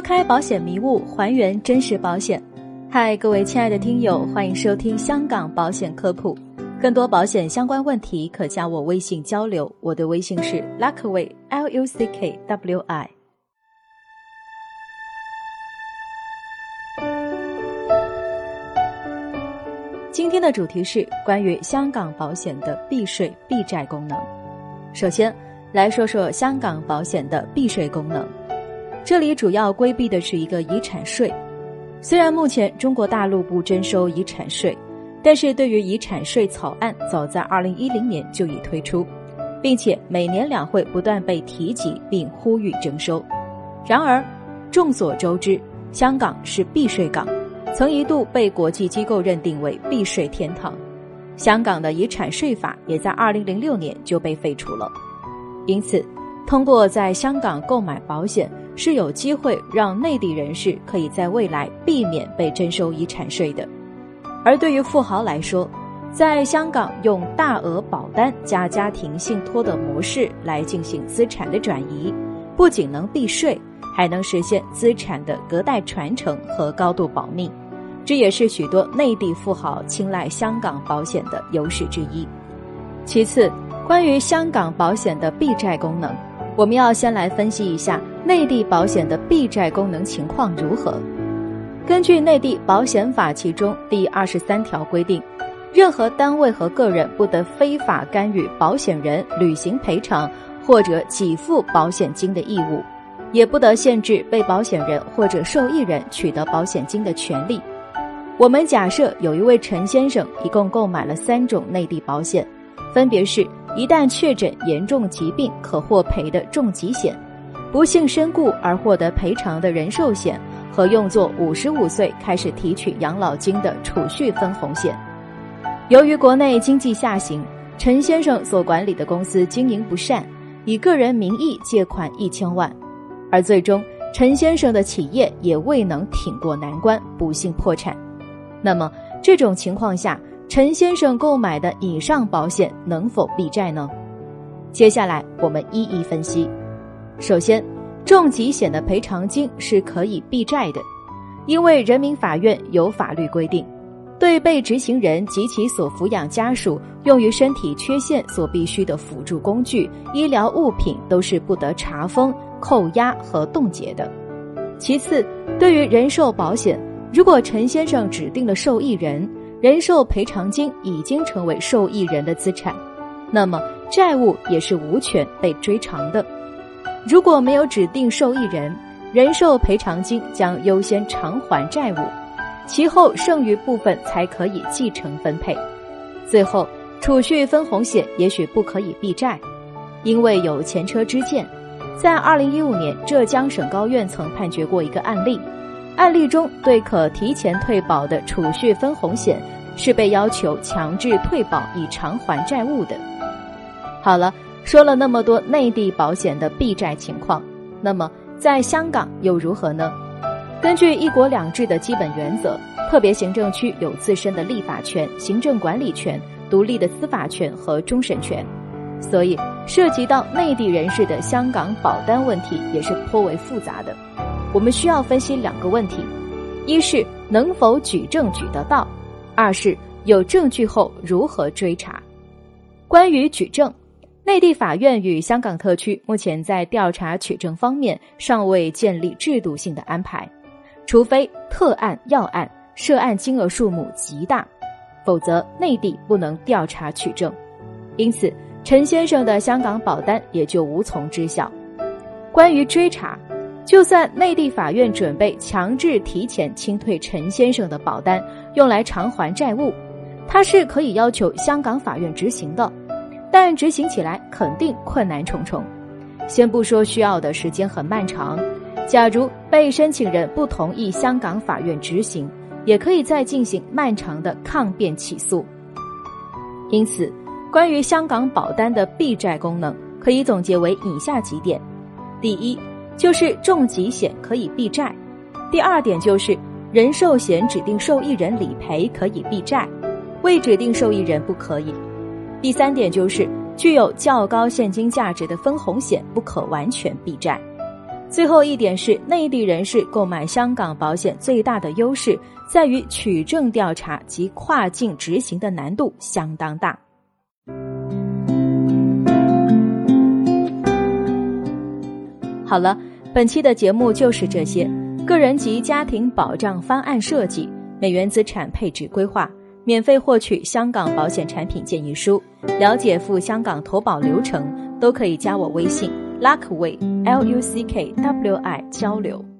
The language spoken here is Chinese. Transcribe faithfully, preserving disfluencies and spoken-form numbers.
开保险迷雾，还原真实保险。嗨，各位亲爱的听友，欢迎收听香港保险科普。更多保险相关问题可加我微信交流，我的微信是 Luckway L U C K W I。 今天的主题是关于香港保险的避税避债功能。首先来说说香港保险的避税功能，这里主要规避的是一个遗产税。虽然目前中国大陆不征收遗产税，但是对于遗产税草案早在二零一零年就已推出，并且每年两会不断被提及并呼吁征收。然而众所周知，香港是避税港，曾一度被国际机构认定为避税天堂。香港的遗产税法也在二零零六年就被废除了。因此通过在香港购买保险，是有机会让内地人士可以在未来避免被征收遗产税的。而对于富豪来说，在香港用大额保单加家庭信托的模式来进行资产的转移，不仅能避税，还能实现资产的隔代传承和高度保密，这也是许多内地富豪青睐香港保险的优势之一。其次，关于香港保险的避债功能，我们要先来分析一下内地保险的避债功能情况如何。根据内地保险法其中第二十三条规定，任何单位和个人不得非法干预保险人履行赔偿或者给付保险金的义务，也不得限制被保险人或者受益人取得保险金的权利。我们假设有一位陈先生一共购买了三种内地保险，分别是一旦确诊严重疾病可获赔的重疾险，不幸身故而获得赔偿的人寿险，和用作五十五岁开始提取养老金的储蓄分红险。由于国内经济下行，陈先生所管理的公司经营不善，以个人名义借款一千万，而最终陈先生的企业也未能挺过难关，不幸破产。那么这种情况下，陈先生购买的以上保险能否避债呢？接下来我们一一分析。首先，重疾险的赔偿金是可以避债的，因为人民法院有法律规定，对被执行人及其所抚养家属用于身体缺陷所必需的辅助工具、医疗物品都是不得查封、扣押和冻结的。其次，对于人寿保险，如果陈先生指定了受益人，人寿赔偿金已经成为受益人的资产，那么债务也是无权被追偿的。如果没有指定受益人，人寿赔偿金将优先偿还债务，其后剩余部分才可以继承分配。最后，储蓄分红险也许不可以避债，因为有前车之鉴。在二零一五年，浙江省高院曾判决过一个案例，案例中对可提前退保的储蓄分红险是被要求强制退保以偿还债务的。好了，说了那么多内地保险的避债情况，那么在香港又如何呢？根据一国两制的基本原则，特别行政区有自身的立法权、行政管理权、独立的司法权和终审权，所以涉及到内地人士的香港保单问题也是颇为复杂的。我们需要分析两个问题，一是能否举证举得到，二是有证据后如何追查。关于举证，内地法院与香港特区目前在调查取证方面尚未建立制度性的安排，除非特案要案，涉案金额数目极大，否则内地不能调查取证。因此陈先生的香港保单也就无从知晓。关于追查，就算内地法院准备强制提前清退陈先生的保单用来偿还债务，他是可以要求香港法院执行的，但执行起来肯定困难重重。先不说需要的时间很漫长，假如被申请人不同意香港法院执行，也可以再进行漫长的抗辩起诉。因此关于香港保单的避债功能可以总结为以下几点。第一，就是重疾险可以避债。第二点就是人寿险指定受益人理赔可以避债，未指定受益人不可以。第三点就是具有较高现金价值的分红险不可完全避债。 最后一点是，内地人士购买香港保险最大的优势在于取证调查及跨境执行的难度相当大。好了，本期的节目就是这些。个人及家庭保障方案设计、美元资产配置规划，免费获取香港保险产品建议书，了解赴香港投保流程，都可以加我微信 Luckway L U C K W I 交流。